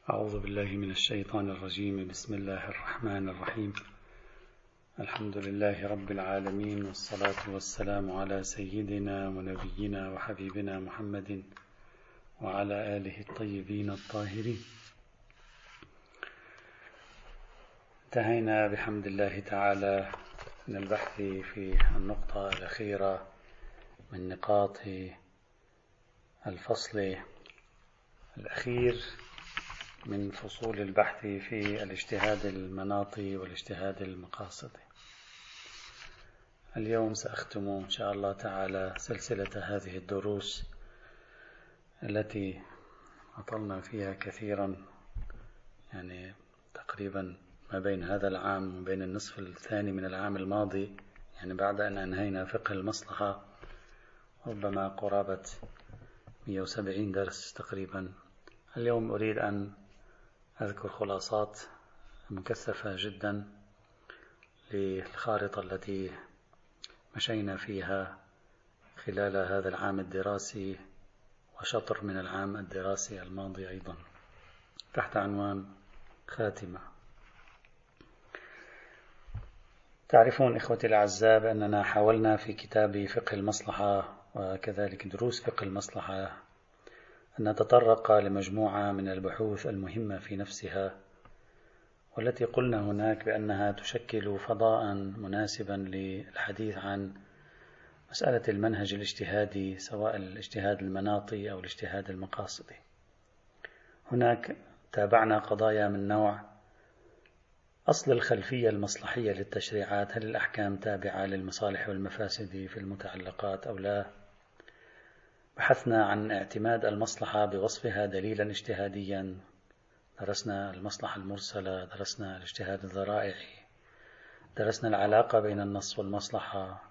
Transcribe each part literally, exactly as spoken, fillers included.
أعوذ بالله من الشيطان الرجيم. بسم الله الرحمن الرحيم. الحمد لله رب العالمين، والصلاة والسلام على سيدنا ونبينا وحبيبنا محمد وعلى آله الطيبين الطاهرين. انتهينا بحمد الله تعالى من البحث في النقطة الأخيرة من نقاط الفصل الأخير من فصول البحث في الاجتهاد المناطي والاجتهاد المقاصدي. اليوم سأختم إن شاء الله تعالى سلسلة هذه الدروس التي أطلنا فيها كثيرا، يعني تقريبا ما بين هذا العام وبين النصف الثاني من العام الماضي، يعني بعد أن أنهينا فقه المصلحة ربما قرابة مئة وسبعين درس تقريبا. اليوم أريد أن أذكر خلاصات مكثفة جدا للخارطة التي مشينا فيها خلال هذا العام الدراسي وشطر من العام الدراسي الماضي أيضا، تحت عنوان خاتمة. تعرفون إخوتي الأعزاء بأننا حاولنا في كتاب فقه المصلحة وكذلك دروس فقه المصلحة أن نتطرق لمجموعة من البحوث المهمة في نفسها، والتي قلنا هناك بأنها تشكل فضاء مناسبا للحديث عن مسألة المنهج الاجتهادي، سواء الاجتهاد المناطي أو الاجتهاد المقاصدي. هناك تابعنا قضايا من نوع أصل الخلفية المصلحية للتشريعات، هل الأحكام تابعة للمصالح والمفاسد في المتعلقات أو لا؟ بحثنا عن اعتماد المصلحة بوصفها دليلا اجتهاديا، درسنا المصلحة المرسلة، درسنا الاجتهاد الذرائعي، درسنا العلاقة بين النص والمصلحة،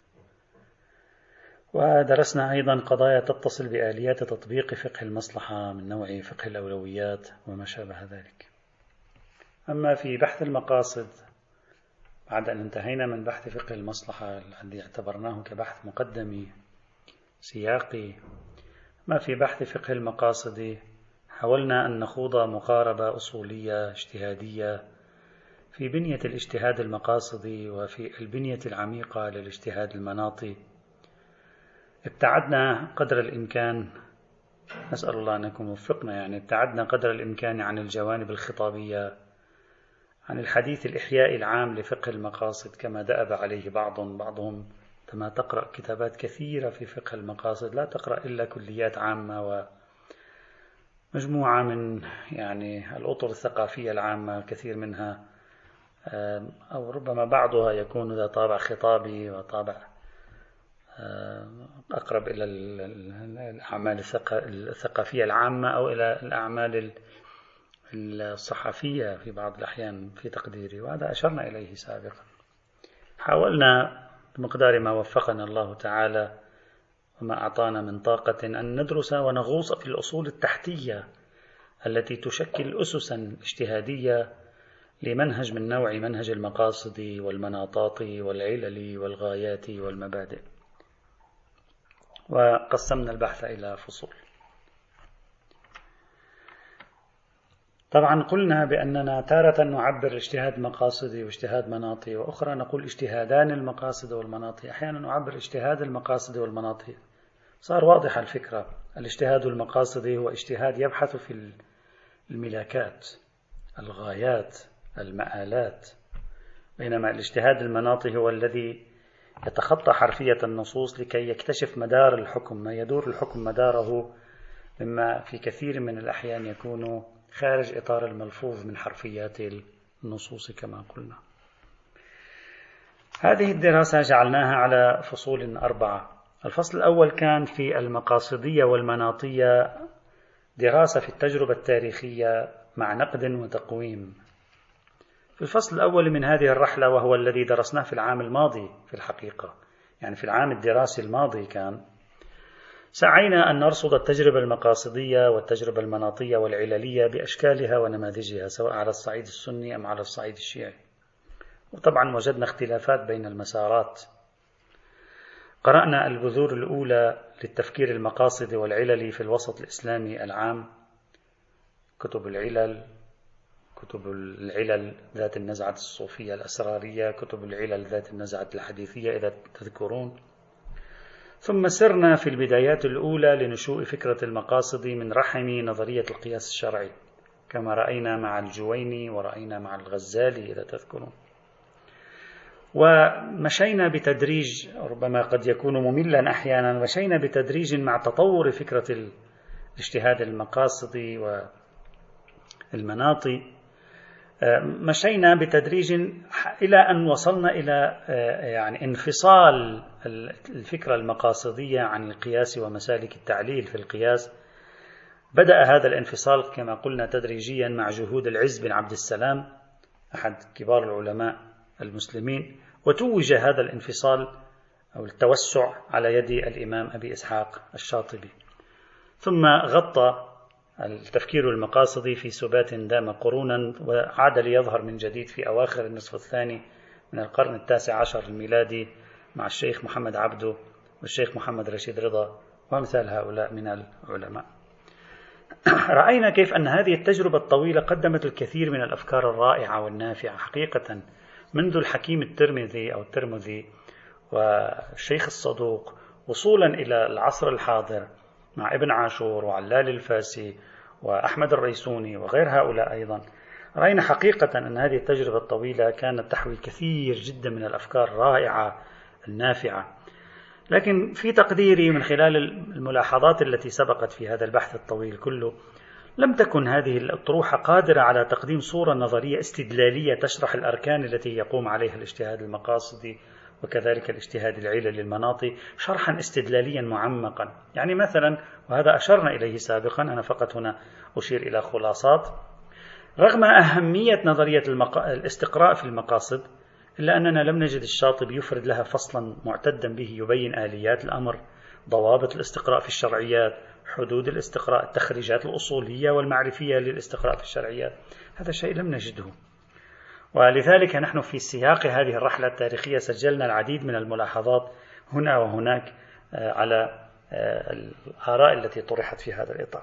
ودرسنا أيضا قضايا تتصل بآليات تطبيق فقه المصلحة من نوع فقه الأولويات وما شابه ذلك. أما في بحث المقاصد، بعد أن انتهينا من بحث فقه المصلحة الذي اعتبرناه كبحث مقدمي سياقي، ما في بحث فقه المقاصد حاولنا أن نخوض مقاربة أصولية اجتهادية في بنية الاجتهاد المقاصدي وفي البنية العميقة للاجتهاد المناطي. ابتعدنا قدر الإمكان، نسأل الله أن يكون وفقنا، يعني ابتعدنا قدر الإمكان عن الجوانب الخطابية، عن الحديث الإحياء العام لفقه المقاصد كما دأب عليه بعض بعضهم. كما تقرأ كتابات كثيرة في فقه المقاصد لا تقرأ إلا كليات عامة ومجموعة من يعني الأطر الثقافية العامة، كثير منها أو ربما بعضها يكون ذا طابع خطابي وطابع أقرب إلى الأعمال الثقافية العامة أو إلى الأعمال الصحفية في بعض الأحيان في تقديري، وهذا أشرنا إليه سابقا. حاولنا بمقدار ما وفقنا الله تعالى وما أعطانا من طاقة أن ندرس ونغوص في الأصول التحتية التي تشكل أسسا اجتهادية لمنهج من نوع منهج المقاصد والمناطات والعلل والغايات والمبادئ. وقسمنا البحث إلى فصول. طبعا قلنا بأننا تارة نعبر اجتهاد مقاصدي واجتهاد مناطي، وأخرى نقول اجتهادان المقاصد والمناطي، أحيانا نعبر اجتهاد المقاصد والمناطي. صار واضح الفكرة، الاجتهاد المقاصدي هو اجتهاد يبحث في الملاكات، الغايات، المآلات، بينما الاجتهاد المناطي هو الذي يتخطى حرفية النصوص لكي يكتشف مدار الحكم، ما يدور الحكم مداره، مما في كثير من الأحيان يكون خارج إطار الملفوظ من حرفيات النصوص كما قلنا. هذه الدراسة جعلناها على فصول أربعة. الفصل الأول كان في المقاصدية والمناطية، دراسة في التجربة التاريخية مع نقد وتقويم. في الفصل الأول من هذه الرحلة، وهو الذي درسناه في العام الماضي في الحقيقة، يعني في العام الدراسي الماضي، كان سعينا أن نرصد التجربة المقاصدية والتجربة المناطية والعللية بأشكالها ونماذجها، سواء على الصعيد السني أم على الصعيد الشيعي. وطبعا وجدنا اختلافات بين المسارات. قرأنا البذور الأولى للتفكير المقاصدي والعللي في الوسط الإسلامي العام، كتب العلل، كتب العلل ذات النزعة الصوفية الأسرارية، كتب العلل ذات النزعة الحديثية إذا تذكرون. ثم سرنا في البدايات الأولى لنشوء فكرة المقاصد من رحم نظرية القياس الشرعي، كما رأينا مع الجويني ورأينا مع الغزالي إذا تذكرون. ومشينا بتدريج، ربما قد يكون مملا أحيانا، مشينا بتدريج مع تطور فكرة الاجتهاد المقاصدي والمناطي، مشينا بتدريج إلى أن وصلنا إلى يعني انفصال الفكرة المقاصدية عن القياس ومسالك التعليل في القياس. بدأ هذا الانفصال كما قلنا تدريجيا مع جهود العز بن عبد السلام أحد كبار العلماء المسلمين، وتوج هذا الانفصال أو التوسع على يد الإمام أبي إسحاق الشاطبي. ثم غطى التفكير المقاصدي في سبات دام قرونا، وعاد ليظهر من جديد في أواخر النصف الثاني من القرن التاسع عشر الميلادي مع الشيخ محمد عبده والشيخ محمد رشيد رضا وأمثال هؤلاء من العلماء. رأينا كيف أن هذه التجربة الطويلة قدمت الكثير من الأفكار الرائعة والنافعة حقيقة، منذ الحكيم الترمذي أو الترمذي والشيخ الصدوق وصولا إلى العصر الحاضر مع ابن عاشور وعلال الفاسي وأحمد الريسوني وغير هؤلاء أيضا. رأينا حقيقة أن هذه التجربة الطويلة كانت تحوي كثير جدا من الأفكار الرائعة النافعة. لكن في تقديري من خلال الملاحظات التي سبقت في هذا البحث الطويل كله، لم تكن هذه الأطروحة قادرة على تقديم صورة نظرية استدلالية تشرح الأركان التي يقوم عليها الاجتهاد المقاصدي وكذلك الاجتهاد العللي المناطي شرحا استدلاليا معمقا. يعني مثلا، وهذا أشرنا إليه سابقا، أنا فقط هنا أشير إلى خلاصات، رغم أهمية نظرية المقا... الاستقراء في المقاصد، إلا أننا لم نجد الشاطبي يفرد لها فصلا معتدا به يبين آليات الأمر، ضوابط الاستقراء في الشرعيات، حدود الاستقراء، التخريجات الأصولية والمعرفية للاستقراء في الشرعيات. هذا شيء لم نجده، ولذلك نحن في سياق هذه الرحلة التاريخية سجلنا العديد من الملاحظات هنا وهناك على الآراء التي طرحت في هذا الإطار.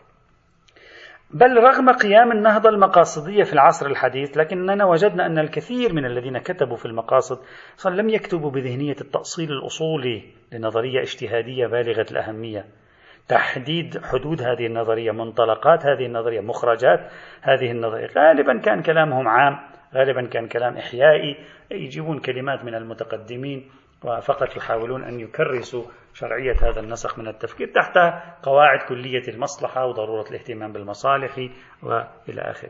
بل رغم قيام النهضة المقاصدية في العصر الحديث، لكننا وجدنا أن الكثير من الذين كتبوا في المقاصد لم يكتبوا بذهنية التأصيل الأصولي لنظرية اجتهادية بالغة الأهمية، تحديد حدود هذه النظرية، منطلقات هذه النظرية، مخرجات هذه النظرية. غالبا كان كلامهم عام، غالبا كان كلام إحيائي، يجيبون كلمات من المتقدمين وفقط يحاولون أن يكرسوا شرعية هذا النسخ من التفكير تحت قواعد كلية المصلحة وضرورة الاهتمام بالمصالح وإلى آخره.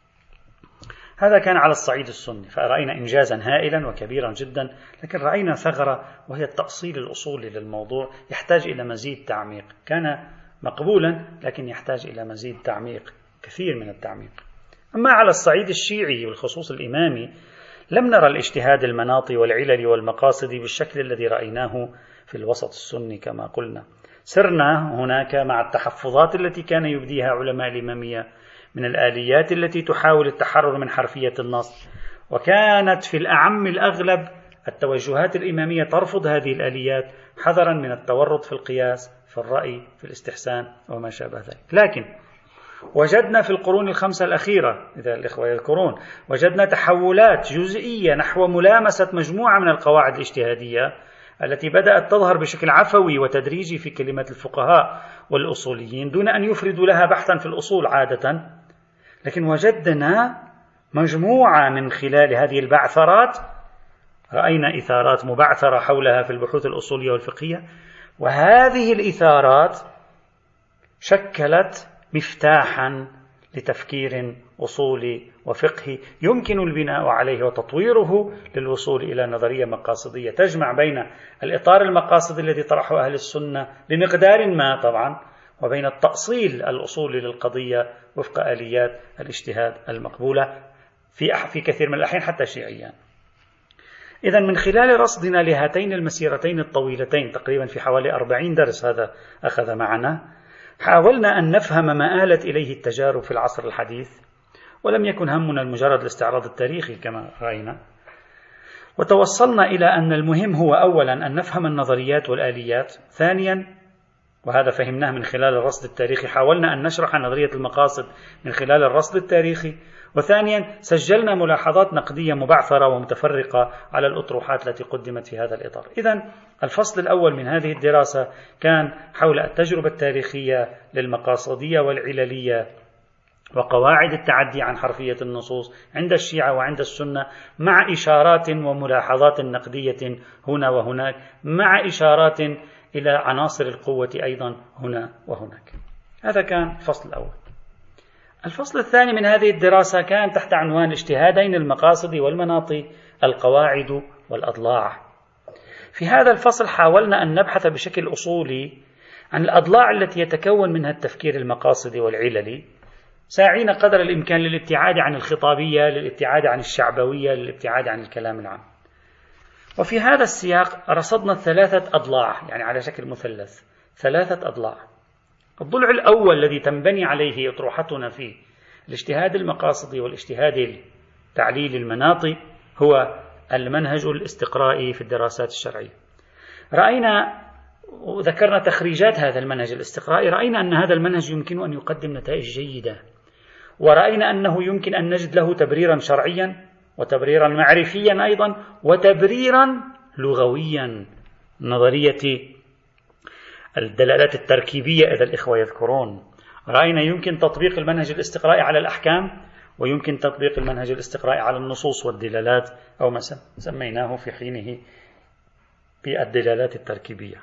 هذا كان على الصعيد السني، فرأينا إنجازا هائلا وكبيرا جدا، لكن رأينا ثغرة وهي التأصيل الأصولي للموضوع يحتاج إلى مزيد تعميق. كان مقبولا لكن يحتاج إلى مزيد تعميق، كثير من التعميق. أما على الصعيد الشيعي والخصوص الإمامي، لم نرى الاجتهاد المناطي والعلل والمقاصد بالشكل الذي رأيناه في الوسط السني كما قلنا. سرنا هناك مع التحفظات التي كان يبديها علماء الإمامية من الآليات التي تحاول التحرر من حرفية النص، وكانت في الأعم الأغلب التوجهات الإمامية ترفض هذه الآليات حذرا من التورط في القياس، في الرأي، في الاستحسان وما شابه ذلك. لكن وجدنا في القرون الخمسة الأخيرة، إذا الإخوة يذكرون، وجدنا تحولات جزئية نحو ملامسة مجموعة من القواعد الاجتهادية التي بدأت تظهر بشكل عفوي وتدريجي في كلمة الفقهاء والأصوليين دون أن يفردوا لها بحثا في الأصول عادة. لكن وجدنا مجموعة من خلال هذه البعثرات، رأينا إثارات مبعثرة حولها في البحوث الأصولية والفقهية، وهذه الإثارات شكلت مفتاحا لتفكير أصولي وفقهي يمكن البناء عليه وتطويره للوصول إلى نظرية مقاصدية تجمع بين الإطار المقاصدي الذي طرحه أهل السنة بمقدار ما طبعا، وبين التأصيل الأصولي للقضية وفق آليات الاجتهاد المقبولة في في كثير من الأحيان حتى شيعيا. إذن من خلال رصدنا لهاتين المسيرتين الطويلتين، تقريبا في حوالي أربعين درس هذا أخذ معنا، حاولنا أن نفهم ما آلت إليه التجارب في العصر الحديث، ولم يكن همنا المجرد الاستعراض التاريخي كما رأينا. وتوصلنا إلى أن المهم هو أولا أن نفهم النظريات والآليات، ثانيا وهذا فهمناه من خلال الرصد التاريخي، حاولنا أن نشرح نظرية المقاصد من خلال الرصد التاريخي. وثانيا سجلنا ملاحظات نقدية مبعثرة ومتفرقة على الأطروحات التي قدمت في هذا الإطار. إذن الفصل الأول من هذه الدراسة كان حول التجربة التاريخية للمقاصدية والعللية وقواعد التعدي عن حرفية النصوص عند الشيعة وعند السنة، مع إشارات وملاحظات نقدية هنا وهناك، مع إشارات إلى عناصر القوة أيضا هنا وهناك. هذا كان الفصل الأول. الفصل الثاني من هذه الدراسة كان تحت عنوان اجتهادين المقاصد والمناط، القواعد والأضلاع. في هذا الفصل حاولنا أن نبحث بشكل أصولي عن الأضلاع التي يتكون منها التفكير المقاصدي والعللي، ساعين قدر الإمكان للابتعاد عن الخطابية، للابتعاد عن الشعبوية، للابتعاد عن الكلام العام. وفي هذا السياق رصدنا ثلاثة أضلاع، يعني على شكل مثلث، ثلاثة أضلاع. الضلع الأول الذي تنبني عليه أطروحتنا فيه الاجتهاد المقاصدي والاجتهاد التعليل المناطي هو المنهج الاستقرائي في الدراسات الشرعية. رأينا وذكرنا تخريجات هذا المنهج الاستقرائي، رأينا أن هذا المنهج يمكن أن يقدم نتائج جيدة، ورأينا أنه يمكن أن نجد له تبريرا شرعيا وتبريرا معرفيا أيضا وتبريرا لغويا، نظرية الدلالات التركيبية إذا الإخوة يذكرون. رأينا يمكن تطبيق المنهج الاستقرائي على الأحكام، ويمكن تطبيق المنهج الاستقرائي على النصوص والدلالات، أو ما سميناه في حينه بالدلالات التركيبية.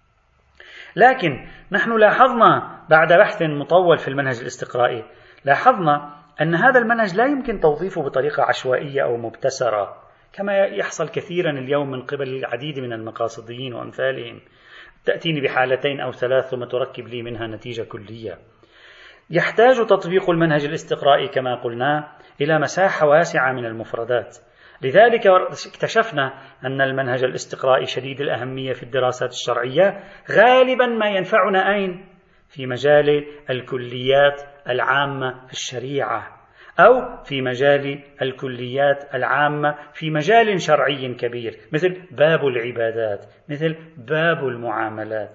لكن نحن لاحظنا بعد بحث مطول في المنهج الاستقرائي، لاحظنا أن هذا المنهج لا يمكن توظيفه بطريقة عشوائية أو مبتسرة كما يحصل كثيرا اليوم من قبل العديد من المقاصديين وأمثالهم. تأتيني بحالتين أو ثلاث ثم تركب لي منها نتيجة كلية. يحتاج تطبيق المنهج الاستقرائي كما قلنا إلى مساحة واسعة من المفردات. لذلك اكتشفنا أن المنهج الاستقرائي شديد الأهمية في الدراسات الشرعية، غالبا ما ينفعنا أين؟ في مجال الكليات العامة في الشريعة، أو في مجال الكليات العامة في مجال شرعي كبير، مثل باب العبادات، مثل باب المعاملات.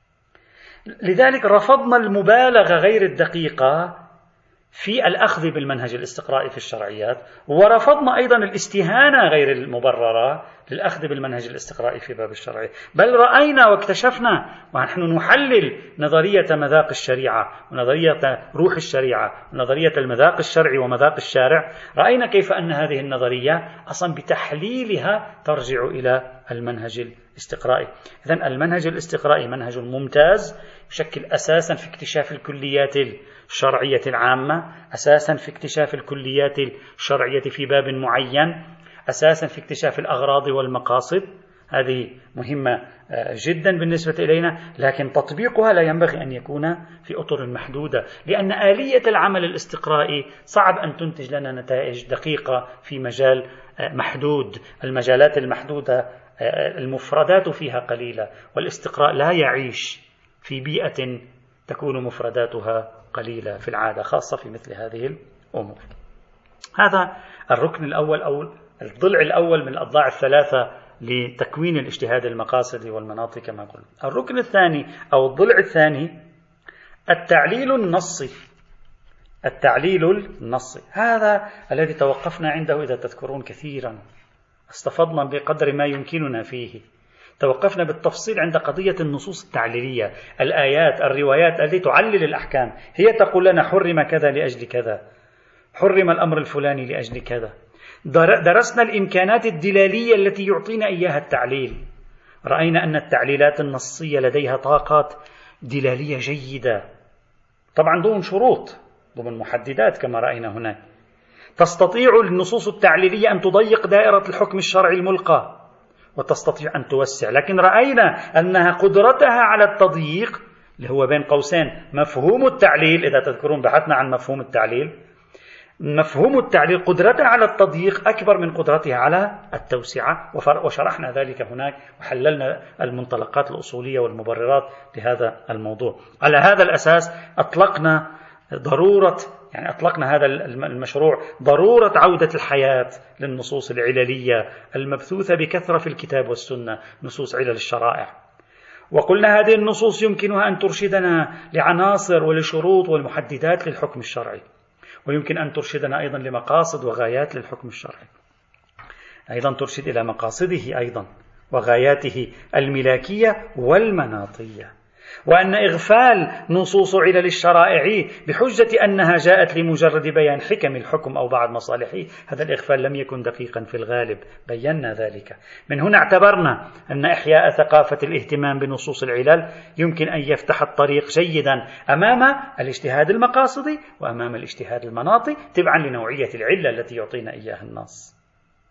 لذلك رفضنا المبالغة غير الدقيقة في الأخذ بالمنهج الاستقرائي في الشرعيات، ورفضنا أيضا الاستهانة غير المبررة للأخذ بالمنهج الاستقرائي في باب الشرعي. بل رأينا واكتشفنا ونحن نحلل نظرية مذاق الشريعة ونظرية روح الشريعة ونظرية المذاق الشرعي ومذاق الشارع، رأينا كيف أن هذه النظرية أصلا بتحليلها ترجع إلى المنهج الاستقرائي. إذن المنهج الاستقرائي منهج ممتاز، يشكل أساسا في اكتشاف الكليات الشرعية العامة، أساسا في اكتشاف الكليات الشرعية في باب معين، أساسا في اكتشاف الأغراض والمقاصد. هذه مهمة جدا بالنسبة إلينا، لكن تطبيقها لا ينبغي أن يكون في أطر محدودة، لأن آلية العمل الاستقرائي صعب أن تنتج لنا نتائج دقيقة في مجال محدود. المجالات المحدودة المفردات فيها قليلة، والاستقراء لا يعيش في بيئة تكون مفرداتها قليلة في العادة، خاصة في مثل هذه الأمور. هذا الركن الأول أو الضلع الأول من الأضلاع الثلاثة لتكوين الاجتهاد المقاصدي والمناطي كما قلنا. الركن الثاني أو الضلع الثاني التعليل النصي. التعليل النصي هذا الذي توقفنا عنده إذا تذكرون كثيرا، استفضنا بقدر ما يمكننا فيه. توقفنا بالتفصيل عند قضية النصوص التعليلية، الآيات الروايات التي تعلل الأحكام، هي تقول لنا حرم كذا لأجل كذا، حرم الأمر الفلاني لأجل كذا. درسنا الإمكانات الدلالية التي يعطينا إياها التعليل. رأينا أن التعليلات النصية لديها طاقات دلالية جيدة، طبعا ضمن شروط، ضمن محددات كما رأينا هناك. تستطيع النصوص التعليلية أن تضيق دائرة الحكم الشرعي الملقى، وتستطيع أن توسع، لكن رأينا أنها قدرتها على التضييق اللي هو بين قوسين مفهوم التعليل، إذا تذكرون بحثنا عن مفهوم التعليل، مفهوم التعليل قدرتها على التضييق أكبر من قدرتها على التوسعة، وشرحنا ذلك هناك وحللنا المنطلقات الأصولية والمبررات لهذا الموضوع. على هذا الأساس أطلقنا ضرورة يعني أطلقنا هذا المشروع ضرورة عودة الحياة للنصوص العللية المبثوثة بكثرة في الكتاب والسنة، نصوص علل الشرائع. وقلنا هذه النصوص يمكنها أن ترشدنا لعناصر ولشروط والمحددات للحكم الشرعي، ويمكن أن ترشدنا أيضا لمقاصد وغايات للحكم الشرعي، أيضا ترشد إلى مقاصده أيضا وغاياته الملاكية والمناطية. وأن إغفال نصوص علل الشرائع بحجة أنها جاءت لمجرد بيان حكم الحكم أو بعض مصالحه، هذا الإغفال لم يكن دقيقا في الغالب، بينا ذلك. من هنا اعتبرنا أن إحياء ثقافة الاهتمام بنصوص العلل يمكن أن يفتح الطريق جيدا أمام الاجتهاد المقاصدي وأمام الاجتهاد المناطي تبعا لنوعية العلة التي يعطينا إياها النص.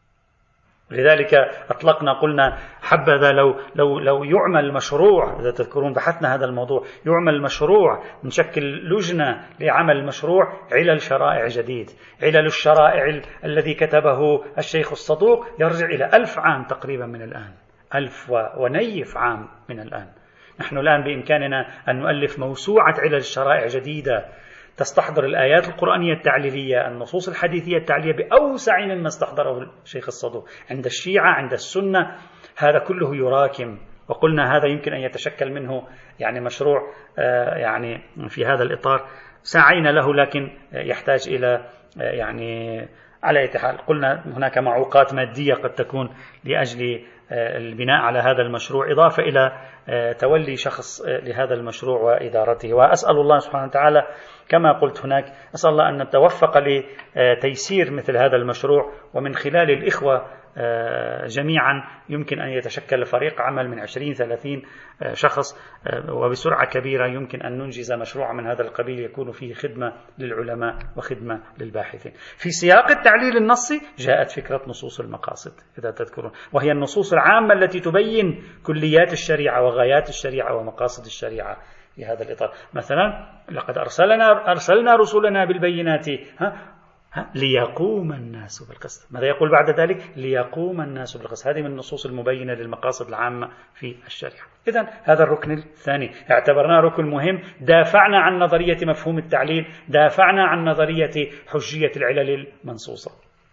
لذلك أطلقنا قلنا حبذا لو لو لو يعمل مشروع، إذا تذكرون بحثنا هذا الموضوع، يعمل مشروع نشكل لجنة لعمل مشروع علل شرائع جديد. علل الشرائع الذي كتبه الشيخ الصدوق يرجع إلى ألف عام تقريبا من الآن، ألف ونيف عام من الآن. نحن الآن بإمكاننا أن نؤلف موسوعة علل الشرائع جديدة تستحضر الآيات القرآنية التعليلية، النصوص الحديثية التعليلية بأوسع مما استحضره الشيخ الصدوق عند الشيعة عند السنة. هذا كله يراكم، وقلنا هذا يمكن أن يتشكل منه يعني مشروع يعني في هذا الإطار سعينا له، لكن يحتاج إلى يعني على أي حال قلنا هناك معوقات مادية قد تكون لأجل البناء على هذا المشروع، إضافة إلى تولي شخص لهذا المشروع وإدارته. وأسأل الله سبحانه وتعالى كما قلت هناك، أسأل الله أن نتوفق لتيسير مثل هذا المشروع، ومن خلال الإخوة جميعا يمكن أن يتشكل فريق عمل من عشرين ثلاثين شخص، وبسرعة كبيرة يمكن أن ننجز مشروع من هذا القبيل يكون فيه خدمة للعلماء وخدمة للباحثين. في سياق التعليل النصي جاءت فكرة نصوص المقاصد إذا تذكرون، وهي النصوص العامة التي تبين كليات الشريعة وغايات الشريعة ومقاصد الشريعة في هذا الإطار. مثلا لقد أرسلنا أرسلنا رسلنا بالبينات ها ليقوم الناس بالقسط. ماذا يقول بعد ذلك؟ ليقوم الناس بالقسط. هذه من النصوص المبينة للمقاصد العامة في الشريعة. إذن هذا الركن الثاني اعتبرناه ركن مهم، دافعنا عن نظرية مفهوم التعليل، دافعنا عن نظرية حجية العلل المنصوصة.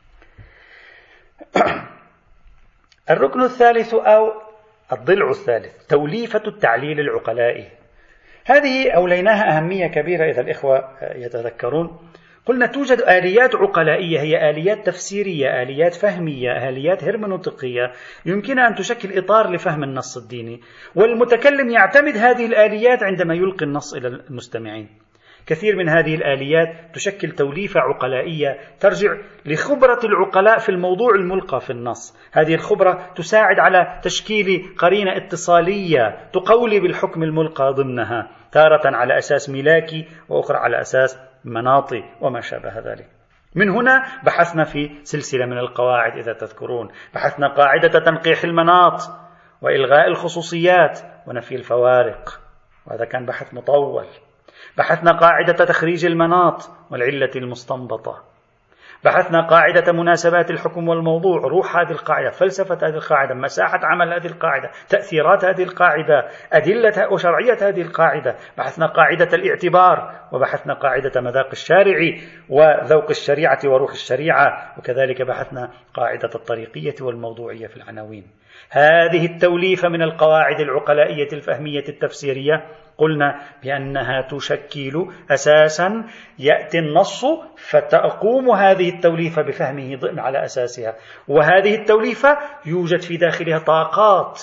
الركن الثالث أو الضلع الثالث توليفة التعليل العقلائي. هذه أوليناها أهمية كبيرة إذا الإخوة يتذكرون. قلنا توجد آليات عقلائية، هي آليات تفسيرية، آليات فهمية، آليات هرمنوطيقية يمكن أن تشكل إطار لفهم النص الديني، والمتكلم يعتمد هذه الآليات عندما يلقي النص إلى المستمعين. كثير من هذه الآليات تشكل توليفة عقلائية ترجع لخبرة العقلاء في الموضوع الملقى في النص. هذه الخبرة تساعد على تشكيل قرينة اتصالية تقولي بالحكم الملقى ضمنها، تارة على أساس ملاكي وأخرى على أساس مناطي وما شابه ذلك. من هنا بحثنا في سلسلة من القواعد إذا تذكرون، بحثنا قاعدة تنقيح المناط وإلغاء الخصوصيات ونفي الفوارق، وهذا كان بحث مطول. بحثنا قاعدة تخريج المناط والعلة المستنبطة، بحثنا قاعدة مناسبات الحكم والموضوع، روح هذه القاعدة، فلسفة هذه القاعدة، مساحة عمل هذه القاعدة، تأثيرات هذه القاعدة، أدلة وشرعية هذه القاعدة. بحثنا قاعدة الاعتبار، وبحثنا قاعدة مذاق الشارع وذوق الشريعة وروح الشريعة، وكذلك بحثنا قاعدة الطريقية والموضوعية في العناوين. هذه التوليفة من القواعد العقلائية الفهمية التفسيرية قلنا بأنها تشكل أساسا يأتي النص فتقوم هذه التوليفة بفهمه ضمن على أساسها، وهذه التوليفة يوجد في داخلها طاقات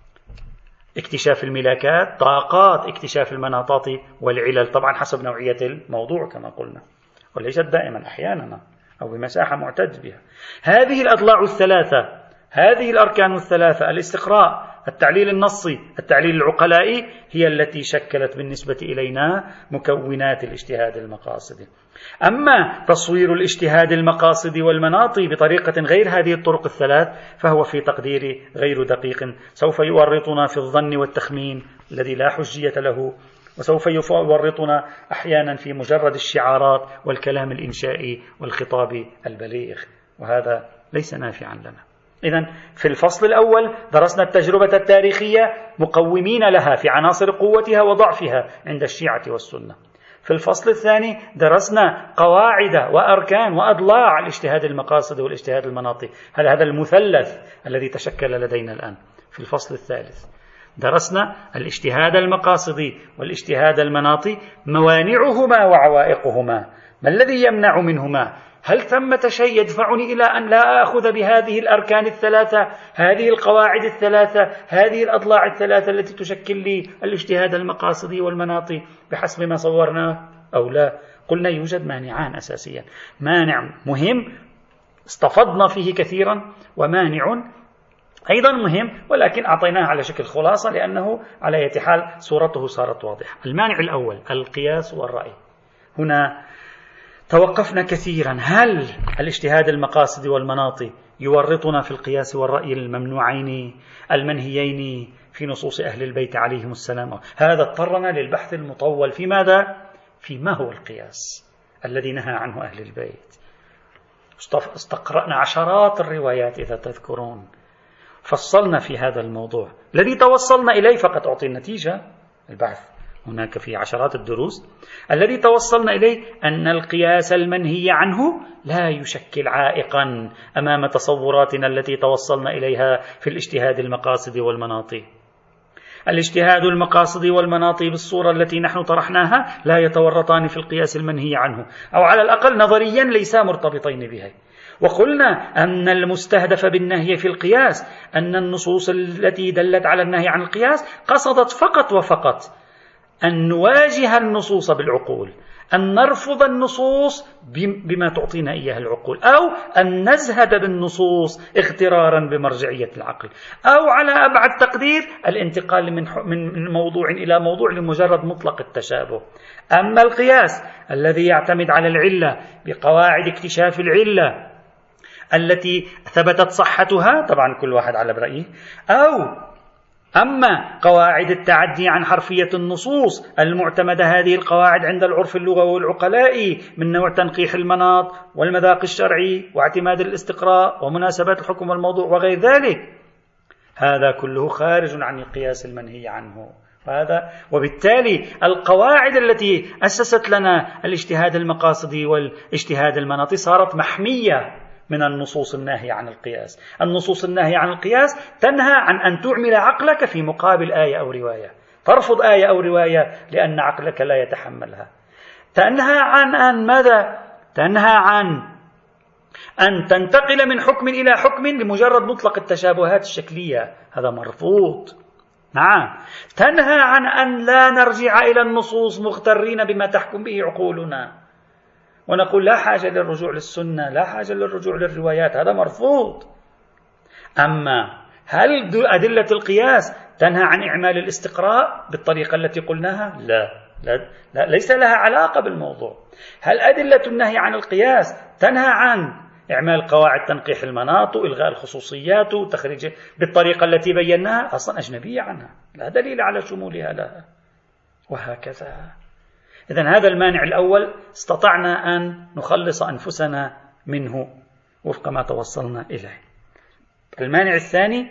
اكتشاف الملاكات، طاقات اكتشاف المناطات والعلل، طبعا حسب نوعية الموضوع كما قلنا، وليست دائما، أحيانا أو بمساحة معتد بها. هذه الأضلاع الثلاثة، هذه الأركان الثلاثة، الاستقراء، التعليل النصي، التعليل العقلائي، هي التي شكلت بالنسبة إلينا مكونات الاجتهاد المقاصدي. أما تصوير الاجتهاد المقاصدي والمناطي بطريقة غير هذه الطرق الثلاث فهو في تقديري غير دقيق، سوف يورطنا في الظن والتخمين الذي لا حجية له، وسوف يورطنا أحيانا في مجرد الشعارات والكلام الإنشائي والخطاب البليغ، وهذا ليس نافعا لنا. إذن في الفصل الأول درسنا التجربة التاريخية مقومين لها في عناصر قوتها وضعفها عند الشيعة والسنة. في الفصل الثاني درسنا قواعد وأركان وأضلاع الاجتهاد المقاصد والاجتهاد المناطي، هل هذا المثلث الذي تشكل لدينا الآن. في الفصل الثالث درسنا الاجتهاد المقاصدي والاجتهاد المناطي، موانعهما وعوائقهما، ما الذي يمنع منهما؟ هل ثمة شيء يدفعني إلى أن لا أخذ بهذه الأركان الثلاثة، هذه القواعد الثلاثة، هذه الأضلاع الثلاثة التي تشكل لي الاجتهاد المقاصدي والمناطي بحسب ما صورناه أو لا؟ قلنا يوجد مانعان أساسيا، مانع مهم استفضنا فيه كثيرا، ومانع أيضا مهم ولكن أعطيناه على شكل خلاصة لأنه على أي حال صورته صارت واضحة. المانع الأول القياس والرأي. هنا توقفنا كثيرا، هل الاجتهاد المقاصدي والمناطي يورطنا في القياس والرأي الممنوعين المنهيين في نصوص أهل البيت عليهم السلام؟ هذا اضطرنا للبحث المطول في ماذا؟ في ما هو القياس الذي نهى عنه أهل البيت. استقرأنا عشرات الروايات إذا تذكرون، فصلنا في هذا الموضوع الذي توصلنا إليه، فقط أعطي النتيجة البحث هناك في عشرات الدروس. الذي توصلنا إليه أن القياس المنهي عنه لا يشكل عائقا أمام تصوراتنا التي توصلنا إليها في الاجتهاد المقاصدي والمناطي. الاجتهاد المقاصدي والمناطي بالصورة التي نحن طرحناها لا يتورطان في القياس المنهي عنه، أو على الأقل نظريا ليسا مرتبطين بها. وقلنا أن المستهدف بالنهي في القياس أن النصوص التي دلت على النهي عن القياس قصدت فقط وفقط أن نواجه النصوص بالعقول، أن نرفض النصوص بما تعطينا إياه العقول، أو أن نزهد بالنصوص اغترارا بمرجعية العقل، أو على أبعد تقدير الانتقال من من موضوع إلى موضوع لمجرد مطلق التشابه. أما القياس الذي يعتمد على العلة بقواعد اكتشاف العلة التي ثبتت صحتها، طبعا كل واحد على برأيه، أو أما قواعد التعدي عن حرفية النصوص المعتمدة، هذه القواعد عند العرف اللغوي والعقلاء من نوع تنقيح المناط والمذاق الشرعي واعتماد الاستقراء ومناسبات الحكم والموضوع وغير ذلك، هذا كله خارج عن القياس المنهي عنه. هذا وبالتالي القواعد التي أسست لنا الاجتهاد المقاصدي والاجتهاد المناطي صارت محمية من النصوص الناهية عن القياس. النصوص الناهية عن القياس تنهى عن أن تعمل عقلك في مقابل آية أو رواية، ترفض آية أو رواية لأن عقلك لا يتحملها. تنهى عن أن ماذا؟ تنهى عن أن تنتقل من حكم إلى حكم لمجرد مطلق التشابهات الشكلية، هذا مرفوض. نعم. تنهى عن أن لا نرجع إلى النصوص مغترين بما تحكم به عقولنا ونقول لا حاجة للرجوع للسنة، لا حاجة للرجوع للروايات، هذا مرفوض. أما هل أدلة القياس تنهى عن إعمال الاستقراء بالطريقة التي قلناها؟ لا. لا, لا ليس لها علاقة بالموضوع. هل أدلة النهي عن القياس تنهى عن إعمال قواعد تنقيح المناط وإلغاء الخصوصيات وتخريج بالطريقة التي بيناها؟ أصلا أجنبية عنها، لا دليل على شمولها لها، وهكذا. إذن هذا المانع الأول استطعنا أن نخلص أنفسنا منه وفق ما توصلنا إليه. المانع الثاني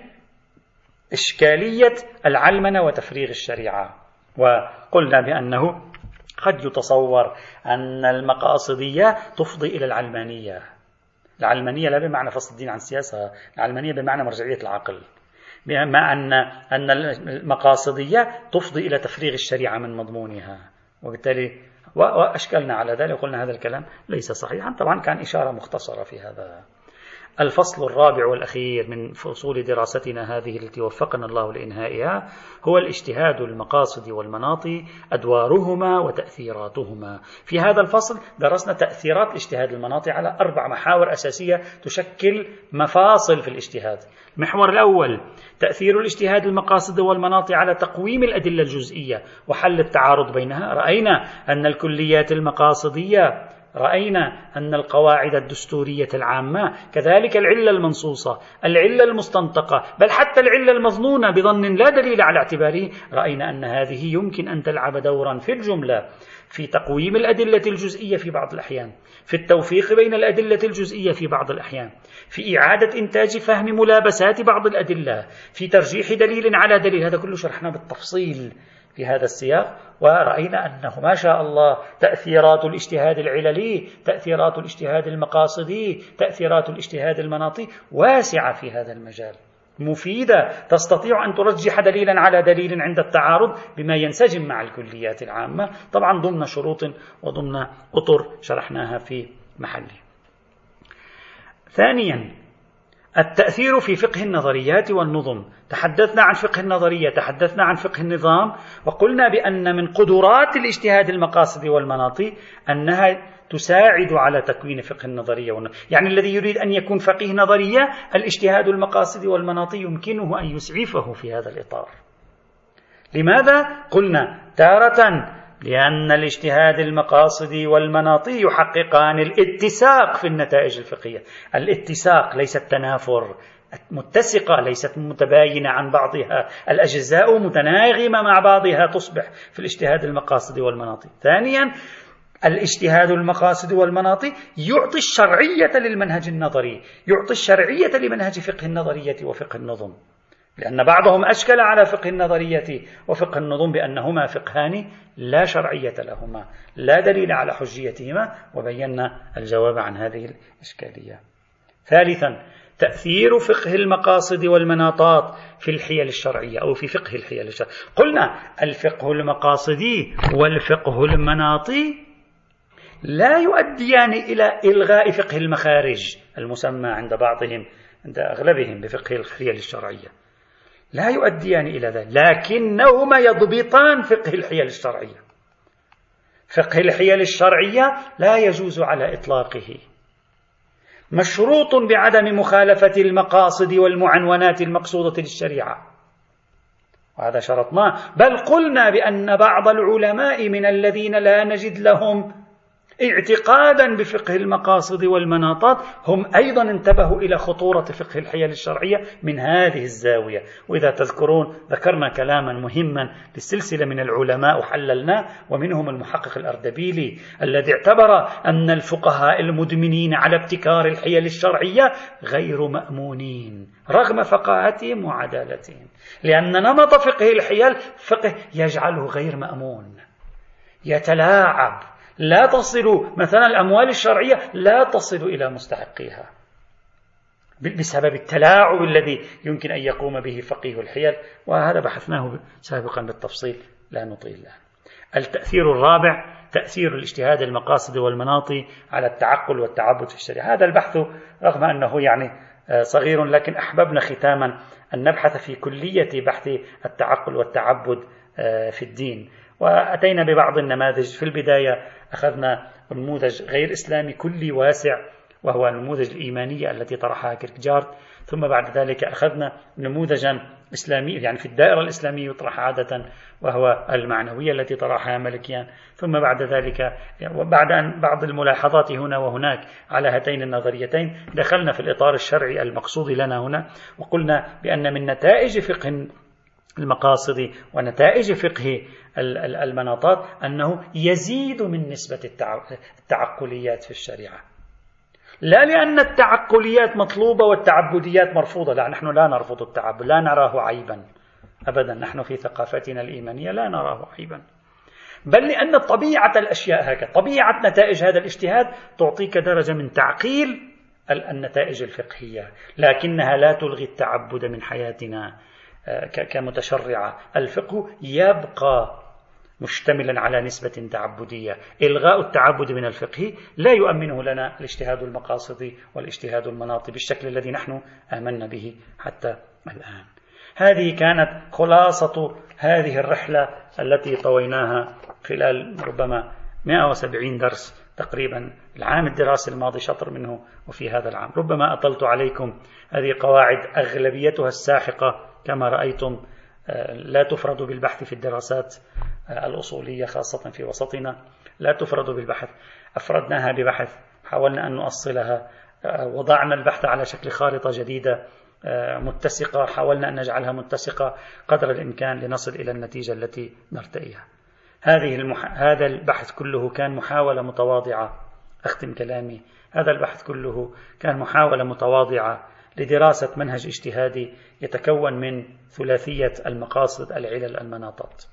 إشكالية العلمنة وتفريغ الشريعة، وقلنا بأنه قد يتصور أن المقاصدية تفضي إلى العلمانية. العلمانية لا بمعنى فصل الدين عن السياسة، العلمانية بمعنى مرجعية العقل، بما أن أن المقاصدية تفضي إلى تفريغ الشريعة من مضمونها، وبالتالي وأشكلنا على ذلك وقلنا هذا الكلام ليس صحيحا. طبعا كان إشارة مختصرة في هذا. الفصل الرابع والأخير من فصول دراستنا هذه التي وفقنا الله لإنهائها هو الاجتهاد المقاصدي والمناطي، أدوارهما وتأثيراتهما. في هذا الفصل درسنا تأثيرات الاجتهاد المناطي على أربع محاور أساسية تشكل مفاصل في الاجتهاد. المحور الأول تأثير الاجتهاد المقاصدي والمناطي على تقويم الأدلة الجزئية وحل التعارض بينها. رأينا أن الكليات المقاصدية، رأينا أن القواعد الدستورية العامة، كذلك العلة المنصوصة، العلة المستنطقة، بل حتى العلة المظنونة بظن لا دليل على اعتباره، رأينا أن هذه يمكن أن تلعب دورا في الجملة في تقويم الأدلة الجزئية في بعض الأحيان، في التوفيق بين الأدلة الجزئية في بعض الأحيان، في إعادة إنتاج فهم ملابسات بعض الأدلة، في ترجيح دليل على دليل. هذا كله شرحنا بالتفصيل في هذا السياق، ورأينا أنه ما شاء الله تأثيرات الاجتهاد العللي، تأثيرات الاجتهاد المقاصدي، تأثيرات الاجتهاد المناطي واسعة في هذا المجال، مفيدة تستطيع أن ترجح دليلا على دليل عند التعارض بما ينسجم مع الكليات العامة، طبعا ضمن شروط وضمن أطر شرحناها في محله. ثانيا التأثير في فقه النظريات والنظم. تحدثنا عن فقه النظرية، تحدثنا عن فقه النظام، وقلنا بأن من قدرات الاجتهاد المقاصد والمناطي أنها تساعد على تكوين فقه النظرية والنظم. يعني الذي يريد أن يكون فقيه نظرية الاجتهاد المقاصد والمناطي يمكنه أن يسعفه في هذا الإطار. لماذا؟ قلنا تارة لأن الاجتهاد المقاصد والمناطي يحققان الاتساق في النتائج الفقهية. الاتساق ليس التنافر، متسقة ليست متباينة عن بعضها، الأجزاء متناغمة مع بعضها تصبح في الاجتهاد المقاصد والمناطي. ثانيا الاجتهاد المقاصد والمناطي يعطي الشرعية للمنهج النظري، يعطي الشرعية لمنهج فقه النظرية وفقه النظم، لأن بعضهم أشكل على فقه النظرية وفقه النظم بأنهما فقهان لا شرعية لهما، لا دليل على حجيتهما، وبينا الجواب عن هذه الإشكالية. ثالثا تأثير فقه المقاصد والمناطات في الحيل الشرعية أو في فقه الحيل الشرعية. قلنا الفقه المقاصدي والفقه المناطي لا يؤديان إلى إلغاء فقه المخارج المسمى عند بعضهم عند أغلبهم بفقه الحيل الشرعية، لا يؤديان إلى ذلك، لكنهما يضبطان فقه الحيل الشرعية. فقه الحيل الشرعية لا يجوز على إطلاقه، مشروط بعدم مخالفة المقاصد والمعنونات المقصودة للشريعة، وهذا شرطناه. بل قلنا بأن بعض العلماء من الذين لا نجد لهم اعتقادا بفقه المقاصد والمناطات هم أيضا انتبهوا إلى خطورة فقه الحيل الشرعية من هذه الزاوية. وإذا تذكرون ذكرنا كلاما مهما للسلسلة من العلماء وحللناه، ومنهم المحقق الأردبيلي الذي اعتبر أن الفقهاء المدمنين على ابتكار الحيل الشرعية غير مأمونين رغم فقاهتهم وعدالتهم، لأن نمط فقه الحيل فقه يجعله غير مأمون، يتلاعب، لا تصل مثلا الأموال الشرعية لا تصل إلى مستحقيها بسبب التلاعب الذي يمكن أن يقوم به فقيه الحيل، وهذا بحثناه سابقا بالتفصيل لا نطيل له. التأثير الرابع تأثير الاجتهاد المقاصد والمناطي على التعقل والتعبد في الشريعة. هذا البحث رغم أنه يعني صغير لكن أحببنا ختاما أن نبحث في كلية بحث التعقل والتعبد في الدين، وأتينا ببعض النماذج. في البداية أخذنا نموذج غير إسلامي كلي واسع وهو نموذج الإيمانية التي طرحها كيركجارد، ثم بعد ذلك أخذنا نموذجا إسلامي يعني في الدائرة الإسلامية يطرح عادة وهو المعنوية التي طرحها مالكيان، ثم بعد ذلك وبعد أن بعض الملاحظات هنا وهناك على هاتين النظريتين دخلنا في الإطار الشرعي المقصود لنا هنا، وقلنا بأن من نتائج فقه المقاصد ونتائج فقه المناطات أنه يزيد من نسبة التعقليات في الشريعة، لا لأن التعقليات مطلوبة والتعبديات مرفوضة، لا، نحن لا نرفض التعبد، لا نراه عيبا أبدا، نحن في ثقافتنا الإيمانية لا نراه عيبا، بل لأن طبيعة الأشياء هكذا، طبيعة نتائج هذا الاجتهاد تعطيك درجة من تعقيل النتائج الفقهية، لكنها لا تلغي التعبد من حياتنا كمتشرعة. الفقه يبقى مشتملا على نسبة تعبدية، إلغاء التعبد من الفقه لا يؤمنه لنا الاجتهاد المقاصدي والاجتهاد المناطي بالشكل الذي نحن آمنا به حتى الآن. هذه كانت خلاصة هذه الرحلة التي طويناها خلال ربما مئة وسبعين درس تقريبا، العام الدراسي الماضي شطر منه وفي هذا العام. ربما أطلت عليكم، هذه قواعد أغلبيتها الساحقة كما رأيتم لا تفرد بالبحث في الدراسات الأصولية خاصة في وسطنا، لا تفرد بالبحث، أفردناها ببحث، حاولنا أن نؤصلها، وضعنا البحث على شكل خارطة جديدة متسقة، حاولنا أن نجعلها متسقة قدر الإمكان لنصل إلى النتيجة التي نرتئيها. هذه المح... هذا البحث كله كان محاولة متواضعة، أختم كلامي، هذا البحث كله كان محاولة متواضعة لدراسة منهج اجتهادي يتكون من ثلاثية المقاصد العلل المناطات.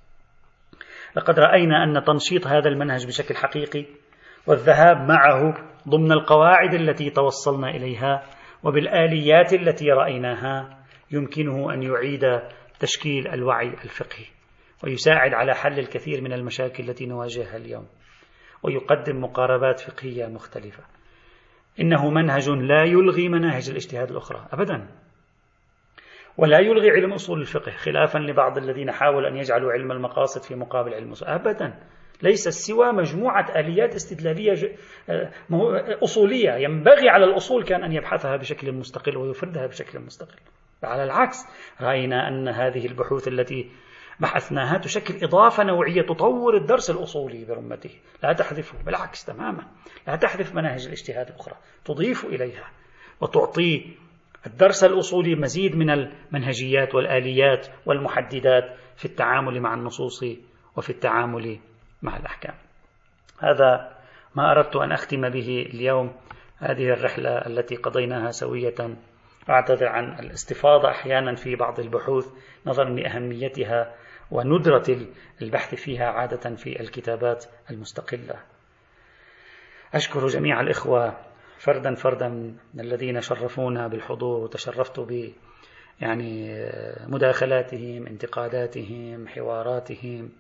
لقد رأينا أن تنشيط هذا المنهج بشكل حقيقي والذهاب معه ضمن القواعد التي توصلنا إليها وبالآليات التي رأيناها يمكنه أن يعيد تشكيل الوعي الفقهي ويساعد على حل الكثير من المشاكل التي نواجهها اليوم، ويقدم مقاربات فقهية مختلفة. إنه منهج لا يلغي مناهج الاجتهاد الأخرى أبدا، ولا يلغي علم أصول الفقه خلافا لبعض الذين حاولوا أن يجعلوا علم المقاصد في مقابل علم الأصول. أبدا، ليس سوى مجموعة آليات استدلالية أصولية ينبغي على الأصول كان أن يبحثها بشكل مستقل ويفردها بشكل مستقل. على العكس، رأينا أن هذه البحوث التي بحثناها تشكل إضافة نوعية تطور الدرس الأصولي برمته، لا تحذفه، بالعكس تماما، لا تحذف مناهج الاجتهاد الأخرى، تضيف إليها وتعطي الدرس الأصولي مزيد من المنهجيات والآليات والمحددات في التعامل مع النصوص وفي التعامل مع الأحكام. هذا ما أردت أن أختم به اليوم هذه الرحلة التي قضيناها سوية. أعتذر عن الاستفاضة أحيانا في بعض البحوث نظرا لأهميتها وندرة البحث فيها عادة في الكتابات المستقلة. أشكر جميع الإخوة فردا فردا من الذين شرفونا بالحضور، وتشرفت ب يعني مداخلاتهم، انتقاداتهم، حواراتهم.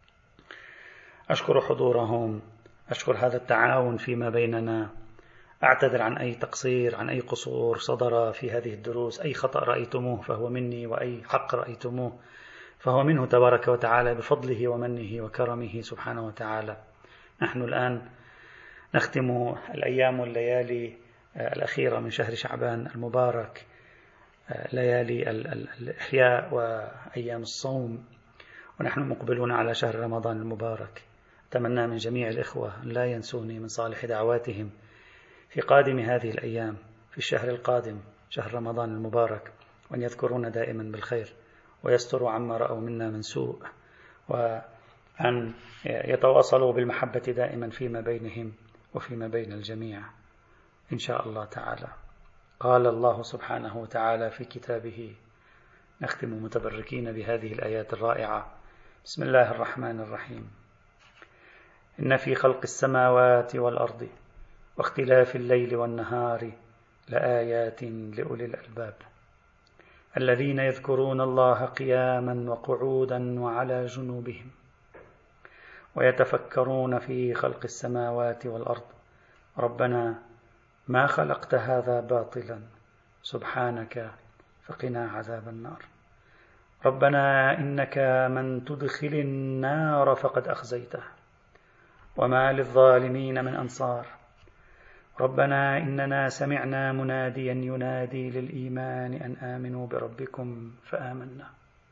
أشكر حضورهم، أشكر هذا التعاون فيما بيننا. أعتذر عن أي تقصير، عن أي قصور صدر في هذه الدروس. أي خطأ رأيتموه فهو مني، وأي حق رأيتموه فهو منه تبارك وتعالى بفضله ومنه وكرمه سبحانه وتعالى. نحن الآن نختم الأيام والليالي الأخيرة من شهر شعبان المبارك، ليالي الإحياء وأيام الصوم، ونحن مقبلون على شهر رمضان المبارك. أتمنى من جميع الإخوة لا ينسوني من صالح دعواتهم في قادم هذه الأيام، في الشهر القادم شهر رمضان المبارك، وأن يذكرونا دائما بالخير ويستروا عما رأوا منا من سوء، وأن يتواصلوا بالمحبة دائما فيما بينهم وفيما بين الجميع إن شاء الله تعالى. قال الله سبحانه وتعالى في كتابه، نختم متبركين بهذه الآيات الرائعة: بسم الله الرحمن الرحيم. إن في خلق السماوات والأرض واختلاف الليل والنهار لآيات لأولي الألباب الذين يذكرون الله قياما وقعودا وعلى جنوبهم ويتفكرون في خلق السماوات والأرض ربنا ما خلقت هذا باطلا سبحانك فقنا عذاب النار. ربنا إنك من تدخل النار فقد أخزيته وما للظالمين من أنصار. ربنا إننا سمعنا مناديا ينادي للإيمان أن آمنوا بربكم فآمنا.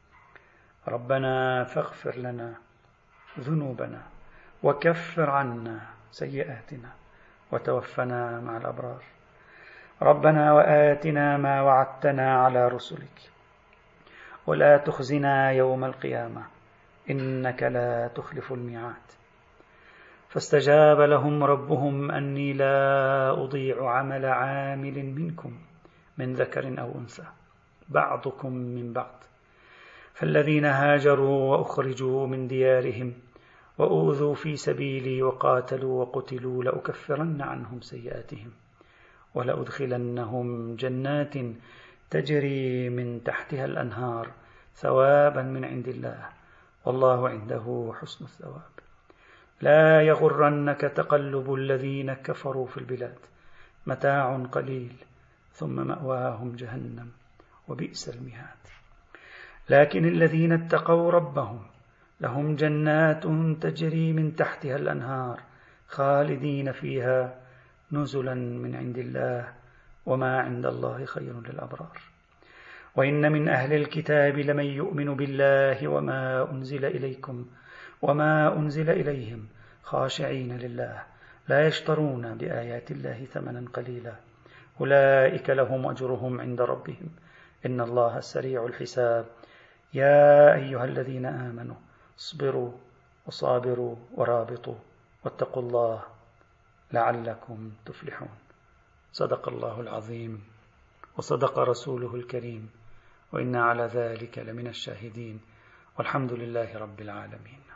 ربنا فاغفر لنا ذنوبنا وكفر عنا سيئاتنا وتوفنا مع الأبرار. ربنا وآتنا ما وعدتنا على رسلك ولا تخزنا يوم القيامة إنك لا تخلف الميعاد. فاستجاب لهم ربهم أني لا أضيع عمل عامل منكم من ذكر أو أنثى بعضكم من بعض. فالذين هاجروا وأخرجوا من ديارهم وأوذوا في سبيلي وقاتلوا وقتلوا لأكفرن عنهم سيئاتهم ولأدخلنهم جنات تجري من تحتها الأنهار ثوابا من عند الله والله عنده حسن الثواب. لا يغرنك تقلب الذين كفروا في البلاد متاع قليل ثم مأواهم جهنم وبئس المهاد. لكن الذين اتقوا ربهم لهم جنات تجري من تحتها الأنهار خالدين فيها نزلا من عند الله وما عند الله خير للأبرار. وإن من أهل الكتاب لمن يؤمن بالله وما أنزل إليكم وما أنزل إليهم خاشعين لله لا يشترون بآيات الله ثمنا قليلا أولئك لهم أجرهم عند ربهم إن الله سريع الحساب. يا أيها الذين آمنوا اصبروا وصابروا ورابطوا واتقوا الله لعلكم تفلحون. صدق الله العظيم وصدق رسوله الكريم وإنا على ذلك لمن الشاهدين والحمد لله رب العالمين.